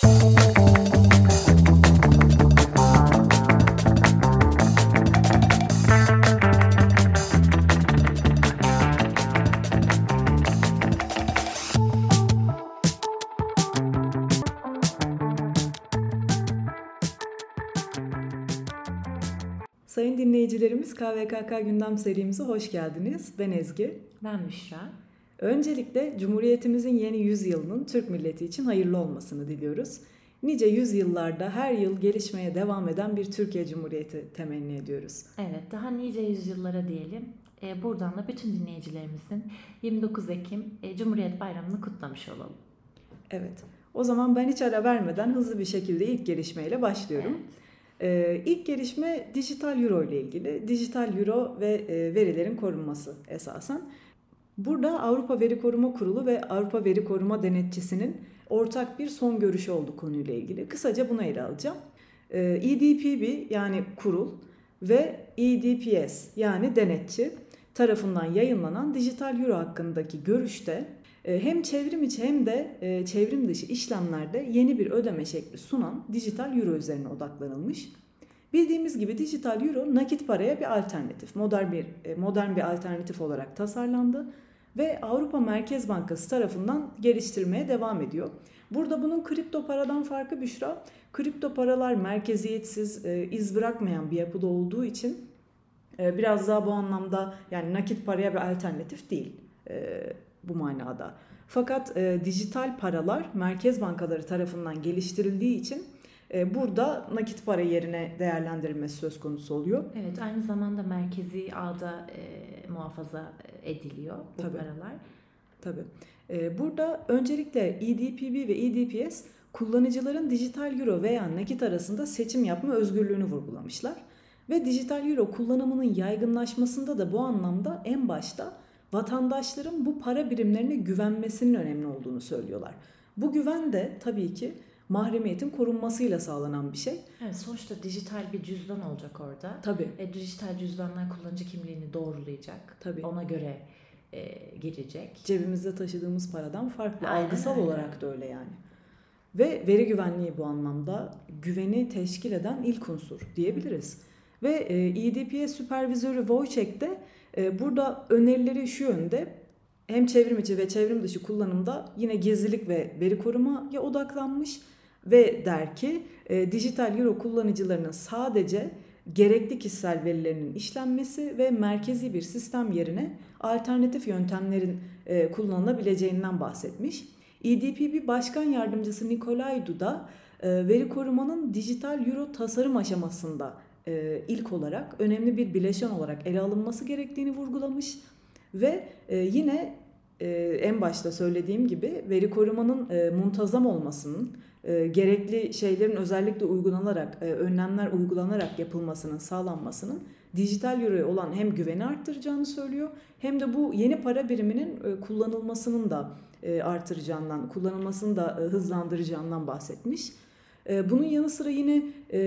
Sayın dinleyicilerimiz, KVKK Gündem serimize hoş geldiniz. Ben Ezgi. Ben Müşra. Öncelikle Cumhuriyetimizin yeni 100 yılının Türk milleti için hayırlı olmasını diliyoruz. Nice yüzyıllarda her yıl gelişmeye devam eden bir Türkiye Cumhuriyeti temenni ediyoruz. Evet, daha nice yüzyıllara diyelim. Buradan da bütün dinleyicilerimizin 29 Ekim Cumhuriyet Bayramı'nı kutlamış olalım. Evet, o zaman ben hiç ara vermeden hızlı bir şekilde ilk gelişmeyle başlıyorum. Evet. İlk gelişme dijital euro ile ilgili. Dijital euro ve verilerin korunması esasen. Burada Avrupa Veri Koruma Kurulu ve Avrupa Veri Koruma Denetçisi'nin ortak bir son görüşü oldu konuyla ilgili. Kısaca bunu ele alacağım. EDPB yani kurul ve EDPS yani denetçi tarafından yayınlanan dijital euro hakkındaki görüşte hem çevrim içi hem de çevrim dışı işlemlerde yeni bir ödeme şekli sunan dijital euro üzerine odaklanılmış. Bildiğimiz gibi dijital euro nakit paraya bir alternatif, modern bir alternatif olarak tasarlandı ve Avrupa Merkez Bankası tarafından geliştirmeye devam ediyor. Burada bunun kripto paradan farkı Büşra, kripto paralar merkeziyetsiz, iz bırakmayan bir yapıda olduğu için biraz daha bu anlamda yani nakit paraya bir alternatif değil bu manada. Fakat dijital paralar merkez bankaları tarafından geliştirildiği için burada nakit para yerine değerlendirilmesi söz konusu oluyor. Evet, aynı zamanda merkezi ağda muhafaza ediliyor bu paralar. Tabii. Burada öncelikle EDPB ve EDPS kullanıcıların dijital euro veya nakit arasında seçim yapma özgürlüğünü vurgulamışlar. Ve dijital euro kullanımının yaygınlaşmasında da bu anlamda en başta vatandaşların bu para birimlerine güvenmesinin önemli olduğunu söylüyorlar. Bu güven de tabii ki mahremiyetin korunmasıyla sağlanan bir şey. Evet, sonuçta dijital bir cüzdan olacak orada. Tabii. Dijital cüzdanlar kullanıcı kimliğini doğrulayacak. Tabii. Ona göre girecek. Cebimizde taşıdığımız paradan farklı. Aynen, algısal olarak da öyle yani. Ve veri güvenliği bu anlamda güveni teşkil eden ilk unsur diyebiliriz. Ve EDPS süpervizörü Wojciech de burada önerileri şu yönde, hem çevrim içi ve çevrim dışı kullanımda yine gizlilik ve veri korumaya odaklanmış ve der ki dijital euro kullanıcılarının sadece gerekli kişisel verilerinin işlenmesi ve merkezi bir sistem yerine alternatif yöntemlerin kullanılabileceğinden bahsetmiş. EDPB Başkan Yardımcısı Nikolay da veri korumanın dijital euro tasarım aşamasında ilk olarak önemli bir bileşen olarak ele alınması gerektiğini vurgulamış ve yine en başta söylediğim gibi veri korumanın muntazam olmasının, gerekli şeylerin özellikle uygulanarak, önlemler uygulanarak yapılmasının sağlanmasının dijital euroya olan hem güveni arttıracağını söylüyor hem de bu yeni para biriminin kullanılmasının da artıracağından, kullanılmasını da hızlandıracağından bahsetmiş. Bunun yanı sıra yine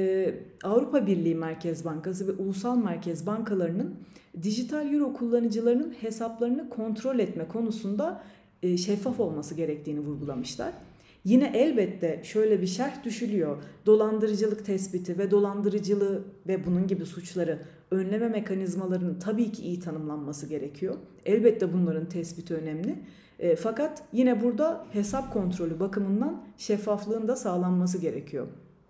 Avrupa Birliği Merkez Bankası ve ulusal merkez bankalarının dijital euro kullanıcılarının hesaplarını kontrol etme konusunda şeffaf olması gerektiğini vurgulamışlar. Yine elbette şöyle bir şerh düşülüyor. Dolandırıcılık tespiti ve dolandırıcılığı ve bunun gibi suçları önleme mekanizmalarının tabii ki iyi tanımlanması gerekiyor. Elbette bunların tespiti önemli. Fakat yine burada hesap kontrolü bakımından şeffaflığın da sağlanması gerekiyor.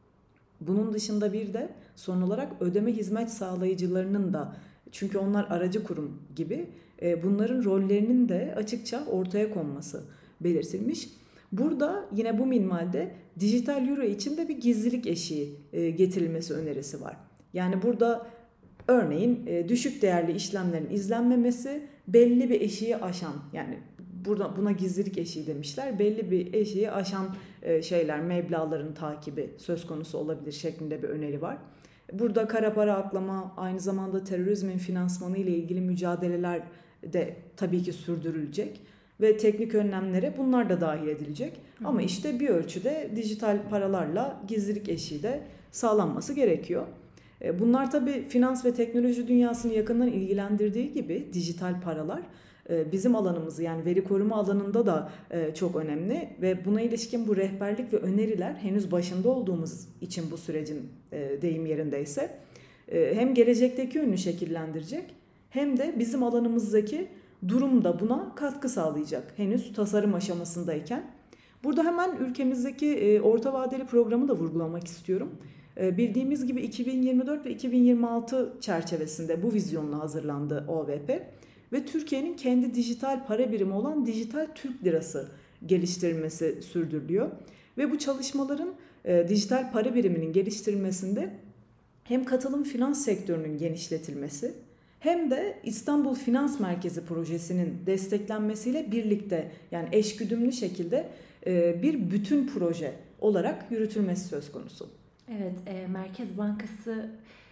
Bunun dışında bir de son olarak ödeme hizmet sağlayıcılarının da, çünkü onlar aracı kurum gibi, bunların rollerinin de açıkça ortaya konması belirtilmiş. Burada yine bu minvalde dijital euro için de bir gizlilik eşiği getirilmesi önerisi var. Yani burada örneğin düşük değerli işlemlerin izlenmemesi, belli bir eşiği aşan, yani buna gizlilik eşiği demişler, belli bir eşiği aşan meblağların takibi söz konusu olabilir şeklinde bir öneri var. Burada kara para aklama, aynı zamanda terörizmin finansmanı ile ilgili mücadeleler de tabii ki sürdürülecek ve teknik önlemlere bunlar da dahil edilecek. Ama işte bir ölçüde dijital paralarla gizlilik eşiği de sağlanması gerekiyor. Bunlar tabii finans ve teknoloji dünyasını yakından ilgilendirdiği gibi dijital paralar bizim alanımızı yani veri koruma alanında da çok önemli ve buna ilişkin bu rehberlik ve öneriler henüz başında olduğumuz için bu sürecin deyim yerindeyse hem gelecekteki yönünü şekillendirecek hem de bizim alanımızdaki durum da buna katkı sağlayacak henüz tasarım aşamasındayken. Burada hemen ülkemizdeki orta vadeli programı da vurgulamak istiyorum. Bildiğimiz gibi 2024 ve 2026 çerçevesinde bu vizyonla hazırlandı OVP ve Türkiye'nin kendi dijital para birimi olan dijital Türk lirası geliştirilmesi sürdürülüyor. Ve bu çalışmaların dijital para biriminin geliştirilmesinde hem katılım finans sektörünün genişletilmesi hem de İstanbul Finans Merkezi projesinin desteklenmesiyle birlikte yani eşgüdümlü şekilde bir bütün proje olarak yürütülmesi söz konusu. Evet, Merkez Bankası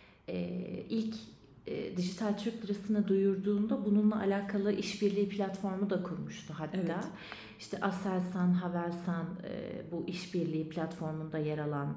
ilk dijital Türk lirasını duyurduğunda bununla alakalı işbirliği platformu da kurmuştu hatta. Evet. İşte Aselsan, Havelsan bu işbirliği platformunda yer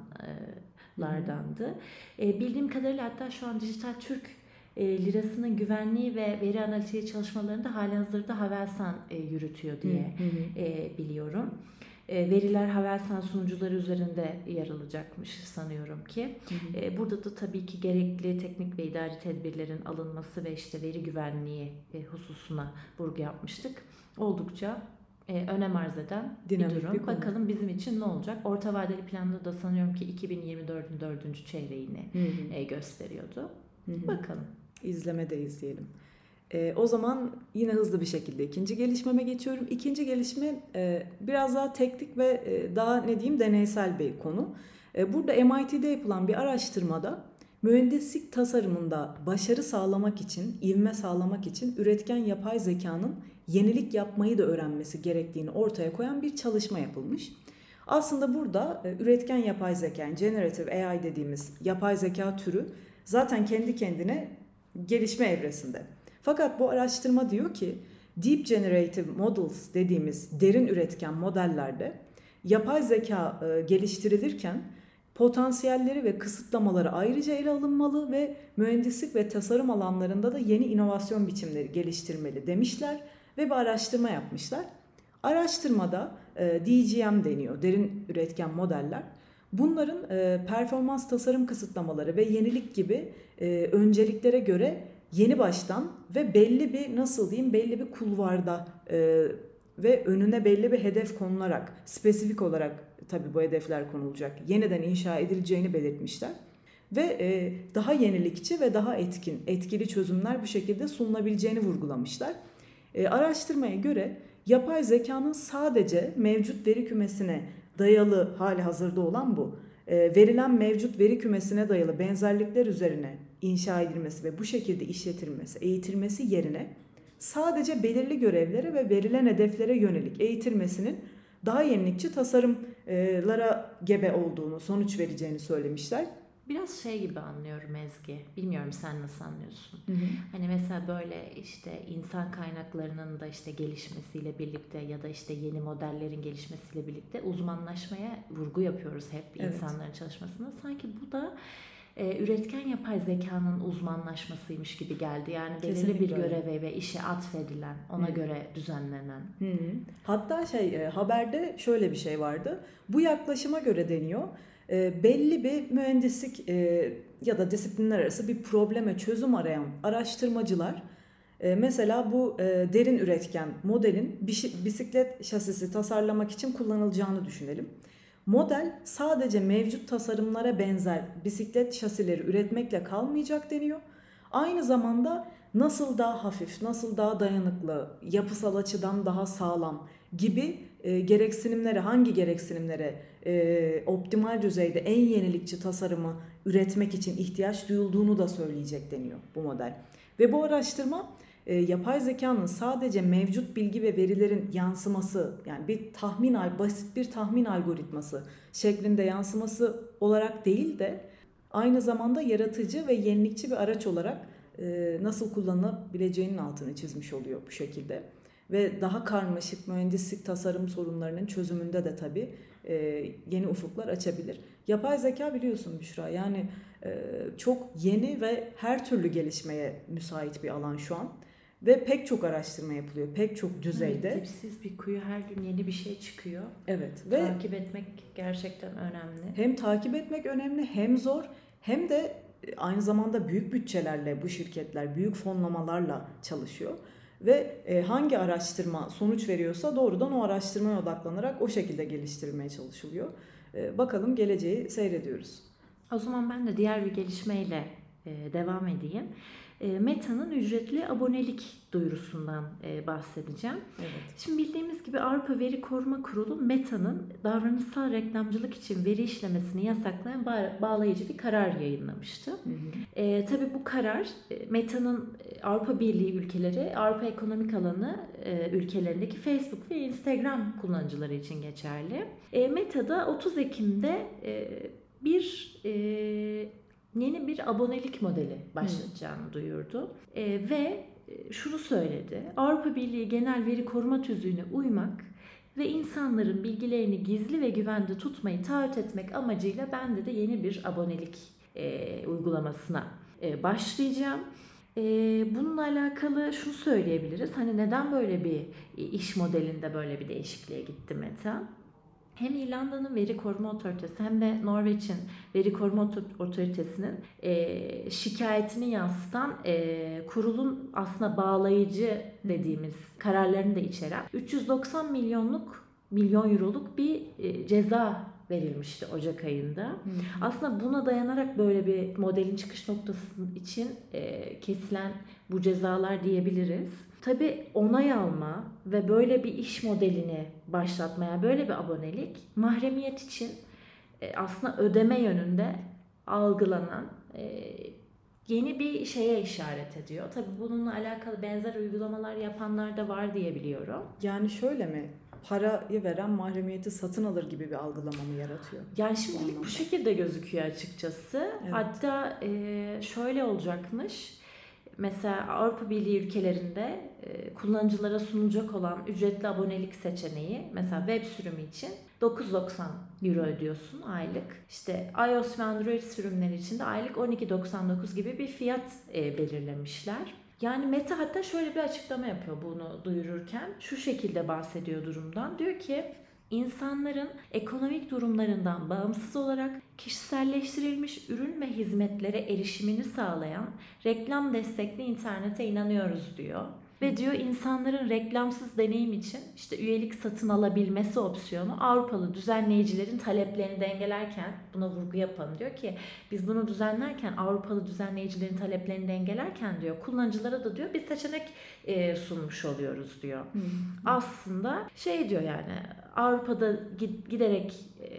alanlardandı. Bildiğim kadarıyla hatta şu an dijital Türk lirasının güvenliği ve veri analitiği çalışmalarını da halihazırda Havelsan yürütüyor diye biliyorum. Veriler Havelsan sunucuları üzerinde yer alacakmış sanıyorum ki. Burada da tabii ki gerekli teknik ve idari tedbirlerin alınması ve işte veri güvenliği hususuna vurgu yapmıştık. Oldukça önem arz eden dinamik bir durum. Bakalım bizim için ne olacak? Orta vadeli planda da sanıyorum ki 2024'ün 4. çeyreğini gösteriyordu. Bakalım. İzleme izleyelim. O zaman yine hızlı bir şekilde ikinci gelişmeme geçiyorum. İkinci gelişme biraz daha teknik ve daha deneysel bir konu. Burada MIT'de yapılan bir araştırmada mühendislik tasarımında başarı sağlamak için, ivme sağlamak için üretken yapay zekanın yenilik yapmayı da öğrenmesi gerektiğini ortaya koyan bir çalışma yapılmış. Aslında burada üretken yapay zeka, yani generative AI dediğimiz yapay zeka türü zaten kendi kendine gelişme evresinde. Fakat bu araştırma diyor ki Deep Generative Models dediğimiz derin üretken modellerde yapay zeka geliştirilirken potansiyelleri ve kısıtlamaları ayrıca ele alınmalı ve mühendislik ve tasarım alanlarında da yeni inovasyon biçimleri geliştirmeli demişler ve bir araştırma yapmışlar. Araştırmada DGM deniyor, derin üretken modeller. Bunların performans tasarım kısıtlamaları ve yenilik gibi önceliklere göre yeni baştan ve belli bir kulvarda ve önüne belli bir hedef konularak, spesifik olarak tabii bu hedefler konulacak, yeniden inşa edileceğini belirtmişler. Ve daha yenilikçi ve daha etkili çözümler bu şekilde sunulabileceğini vurgulamışlar. Araştırmaya göre yapay zekanın sadece mevcut veri kümesine dayalı hali hazırda olan bu. Verilen mevcut veri kümesine dayalı benzerlikler üzerine inşa edilmesi ve bu şekilde işletilmesi, eğitilmesi yerine sadece belirli görevlere ve verilen hedeflere yönelik eğitilmesinin daha yenilikçi tasarımlara gebe olduğunu, sonuç vereceğini söylemişler. Biraz gibi anlıyorum Ezgi. Bilmiyorum sen nasıl anlıyorsun? Hani mesela böyle işte insan kaynaklarının da işte gelişmesiyle birlikte ya da işte yeni modellerin gelişmesiyle birlikte uzmanlaşmaya vurgu yapıyoruz hep insanların çalışmasında. Sanki bu da üretken yapay zekanın uzmanlaşmasıymış gibi geldi. Yani belirli bir göreve ve işe atfedilen, ona göre düzenlenen. Hatta haberde şöyle bir şey vardı. Bu yaklaşıma göre deniyor. Belli bir mühendislik ya da disiplinler arası bir probleme çözüm arayan araştırmacılar mesela bu derin üretken modelin bisiklet şasisi tasarlamak için kullanılacağını düşünelim. Model sadece mevcut tasarımlara benzer bisiklet şasileri üretmekle kalmayacak deniyor. Aynı zamanda nasıl daha hafif, nasıl daha dayanıklı, yapısal açıdan daha sağlam gibi hangi gereksinimlere optimal düzeyde en yenilikçi tasarımı üretmek için ihtiyaç duyulduğunu da söyleyecek deniyor bu model. Ve bu araştırma yapay zekanın sadece mevcut bilgi ve verilerin yansıması, yani basit bir tahmin algoritması şeklinde yansıması olarak değil de aynı zamanda yaratıcı ve yenilikçi bir araç olarak nasıl kullanılabileceğinin altını çizmiş oluyor bu şekilde. Ve daha karmaşık mühendislik tasarım sorunlarının çözümünde de tabii yeni ufuklar açabilir. Yapay zeka biliyorsun Büşra, yani çok yeni ve her türlü gelişmeye müsait bir alan şu an. Ve pek çok araştırma yapılıyor, pek çok düzeyde. Evet, dipsiz bir kuyu, her gün yeni bir şey çıkıyor. Evet. Ve takip etmek gerçekten önemli. Hem takip etmek önemli, hem zor, hem de aynı zamanda büyük bütçelerle bu şirketler, büyük fonlamalarla çalışıyor. Ve hangi araştırma sonuç veriyorsa doğrudan o araştırmaya odaklanarak o şekilde geliştirilmeye çalışılıyor. Bakalım, geleceği seyrediyoruz. O zaman ben de diğer bir gelişmeyle devam edeyim. Meta'nın ücretli abonelik duyurusundan bahsedeceğim. Evet. Şimdi bildiğimiz gibi Avrupa Veri Koruma Kurulu Meta'nın davranışsal reklamcılık için veri işlemesini yasaklayan bağlayıcı bir karar yayınlamıştı. Hı hı. Tabii bu karar Meta'nın Avrupa Birliği ülkeleri, Avrupa Ekonomik Alanı ülkelerindeki Facebook ve Instagram kullanıcıları için geçerli. Meta'da 30 Ekim'de yeni bir abonelik modeli başlatacağını duyurdu. Ve şunu söyledi. Avrupa Birliği Genel Veri Koruma Tüzüğü'ne uymak ve insanların bilgilerini gizli ve güvende tutmayı taahhüt etmek amacıyla ben de yeni bir abonelik uygulamasına başlayacağım. Bununla alakalı şunu söyleyebiliriz. Hani neden böyle bir iş modelinde böyle bir değişikliğe gitti Meta? Hem İrlanda'nın veri koruma otoritesi hem de Norveç'in veri koruma otoritesinin şikayetini yansıtan kurulun aslında bağlayıcı dediğimiz kararlarını da içeren 390 milyon euroluk bir ceza verilmişti Ocak ayında. Aslında buna dayanarak böyle bir modelin çıkış noktası için kesilen bu cezalar diyebiliriz. Tabii onay alma ve böyle bir iş modelini başlatmaya, böyle bir abonelik mahremiyet için aslında ödeme yönünde algılanan yeni bir şeye işaret ediyor. Tabii bununla alakalı benzer uygulamalar yapanlar da var diye biliyorum. Yani şöyle mi? Parayı veren mahremiyeti satın alır gibi bir algılama mı yaratıyor? Yani şimdilik bu şekilde gözüküyor açıkçası. Evet. Hatta şöyle olacakmış. Mesela Avrupa Birliği ülkelerinde kullanıcılara sunulacak olan ücretli abonelik seçeneği, mesela web sürümü için 9.90 euro ödüyorsun aylık. İşte iOS ve Android sürümleri için de aylık 12.99 gibi bir fiyat belirlemişler. Yani Meta hatta şöyle bir açıklama yapıyor bunu duyururken. Şu şekilde bahsediyor durumdan. Diyor ki İnsanların ekonomik durumlarından bağımsız olarak kişiselleştirilmiş ürün ve hizmetlere erişimini sağlayan reklam destekli internete inanıyoruz diyor. Ve diyor insanların reklamsız deneyim için işte üyelik satın alabilmesi opsiyonu Avrupalı düzenleyicilerin taleplerini dengelerken, buna vurgu yapalım, diyor ki biz bunu düzenlerken Avrupalı düzenleyicilerin taleplerini dengelerken diyor kullanıcılara da diyor bir seçenek sunmuş oluyoruz diyor. Aslında diyor yani Avrupa'da giderek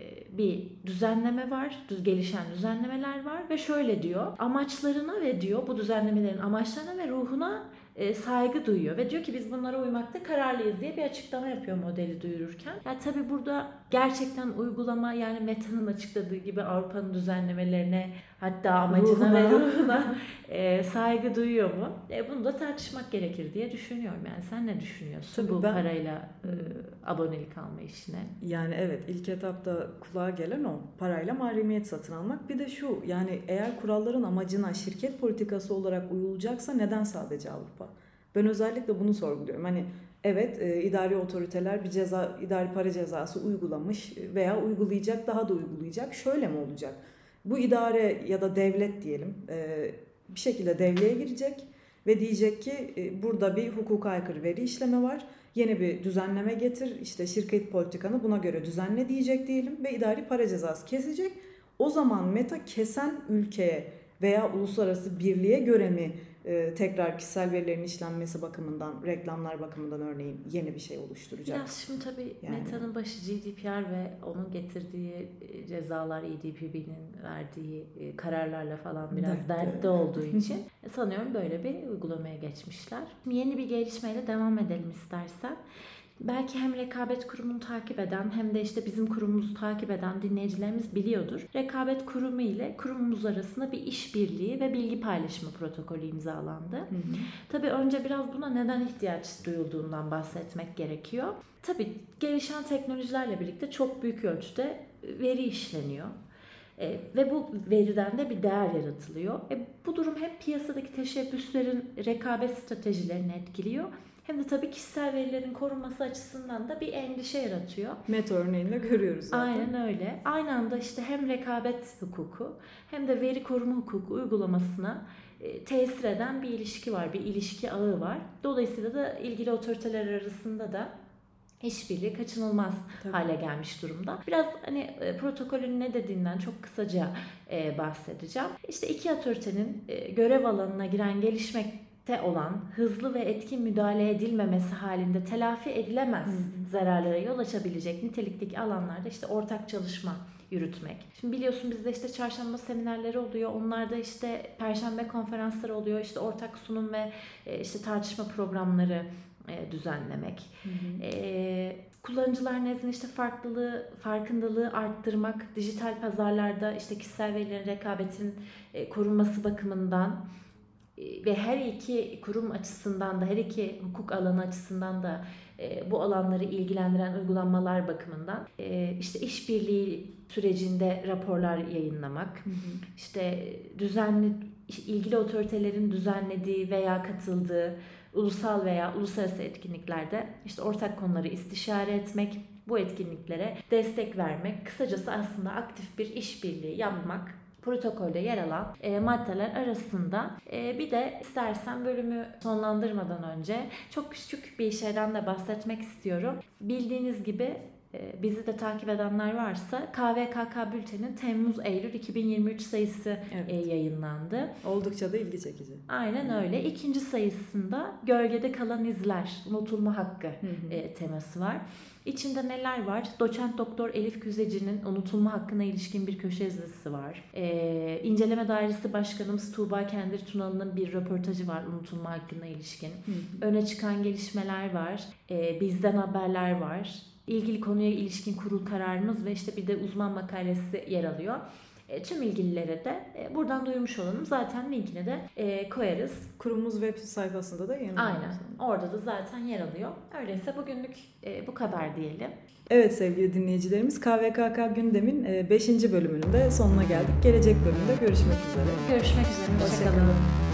bir düzenleme var, gelişen düzenlemeler var ve şöyle diyor amaçlarına ve diyor bu düzenlemelerin amaçlarına ve ruhuna saygı duyuyor ve diyor ki biz bunlara uymakta kararlıyız diye bir açıklama yapıyor modeli duyururken. Yani tabii burada gerçekten uygulama, yani Meta'nın açıkladığı gibi Avrupa'nın düzenlemelerine, hatta amacına ve ruhuna saygı duyuyor mu? Bunu da tartışmak gerekir diye düşünüyorum. Yani sen ne düşünüyorsun tabii bu parayla abonelik alma işine? Yani evet, ilk etapta kulağa gelen o parayla mahremiyet satın almak. Bir de şu, yani eğer kuralların amacına şirket politikası olarak uyulacaksa neden sadece Avrupa? Ben özellikle bunu sorguluyorum. Hani evet, idari otoriteler bir idari para cezası uygulamış veya uygulayacak, daha da uygulayacak. Şöyle mi olacak? Bu idare ya da devlet diyelim bir şekilde devreye girecek ve diyecek ki burada bir hukuka aykırı veri işleme var. Yeni bir düzenleme getir, işte şirket politikanı buna göre düzenle diyecek diyelim ve idari para cezası kesecek. O zaman Meta kesen ülkeye veya uluslararası birliğe göre mi tekrar kişisel verilerin işlenmesi bakımından, reklamlar bakımından örneğin yeni bir şey oluşturacak? Biraz şimdi tabii yani Meta'nın başı GDPR ve onun getirdiği cezalar, EDPB'nin verdiği kararlarla falan biraz dertte olduğu için sanıyorum böyle bir uygulamaya geçmişler. Şimdi yeni bir gelişmeyle devam edelim istersen. Belki hem Rekabet Kurumu'nu takip eden hem de işte bizim kurumumuzu takip eden dinleyicilerimiz biliyordur. Rekabet Kurumu ile kurumumuz arasında bir işbirliği ve bilgi paylaşımı protokolü imzalandı. Tabii önce biraz buna neden ihtiyaç duyulduğundan bahsetmek gerekiyor. Tabii gelişen teknolojilerle birlikte çok büyük ölçüde veri işleniyor. Ve bu veriden de bir değer yaratılıyor. Bu durum hem piyasadaki teşebbüslerin rekabet stratejilerini etkiliyor, hem de tabii kişisel verilerin korunması açısından da bir endişe yaratıyor. Meta örneğinde görüyoruz zaten. Aynen öyle. Aynı anda işte hem rekabet hukuku hem de veri koruma hukuku uygulamasına tesir eden bir ilişki var, bir ilişki ağı var. Dolayısıyla da ilgili otoriteler arasında da işbirliği kaçınılmaz hale gelmiş durumda. Biraz hani protokolün ne dediğinden çok kısaca bahsedeceğim. İşte iki otoritenin görev alanına giren gelişmekte olan hızlı ve etkin müdahale edilmemesi halinde telafi edilemez zararlara yol açabilecek nitelikteki alanlarda işte ortak çalışma yürütmek. Şimdi biliyorsun bizde işte çarşamba seminerleri oluyor. Onlarda işte perşembe konferansları oluyor. İşte ortak sunum ve işte tartışma programları düzenlemek. Kullanıcılar nezdinde işte farkındalığı arttırmak, dijital pazarlarda işte kişisel verilerin rekabetin korunması bakımından ve her iki kurum açısından da, her iki hukuk alanı açısından da bu alanları ilgilendiren uygulamalar bakımından işte işbirliği sürecinde raporlar yayınlamak, işte ilgili otoritelerin düzenlediği veya katıldığı ulusal veya uluslararası etkinliklerde işte ortak konuları istişare etmek, bu etkinliklere destek vermek, kısacası aslında aktif bir işbirliği yapmak protokolde yer alan maddeler arasında. Bir de istersen bölümü sonlandırmadan önce çok küçük bir şeyden de bahsetmek istiyorum. Bildiğiniz gibi bizi de takip edenler varsa KVKK Bülten'in Temmuz-Eylül 2023 sayısı yayınlandı. Oldukça da ilgi çekici. Aynen öyle. İkinci sayısında Gölgede Kalan İzler, Unutulma Hakkı teması var. İçinde neler var? Doçent Doktor Elif Güzeci'nin unutulma hakkına ilişkin bir köşe yazısı var. İnceleme Dairesi Başkanımız Tuğba Kendir Tunalı'nın bir röportajı var unutulma hakkına ilişkin. Öne çıkan gelişmeler var. Bizden haberler var. İlgili konuya ilişkin kurul kararımız ve işte bir de uzman makalesi yer alıyor. Tüm ilgililere de buradan duyurmuş olalım. Zaten linkini de koyarız. Kurumumuz web sayfasında da yer alıyor. Aynen. Orada da zaten yer alıyor. Öyleyse bugünlük bu kadar diyelim. Evet sevgili dinleyicilerimiz, KVKK Gündem'in 5. bölümünün de sonuna geldik. Gelecek bölümde görüşmek üzere. Görüşmek üzere. Hoşça kalın.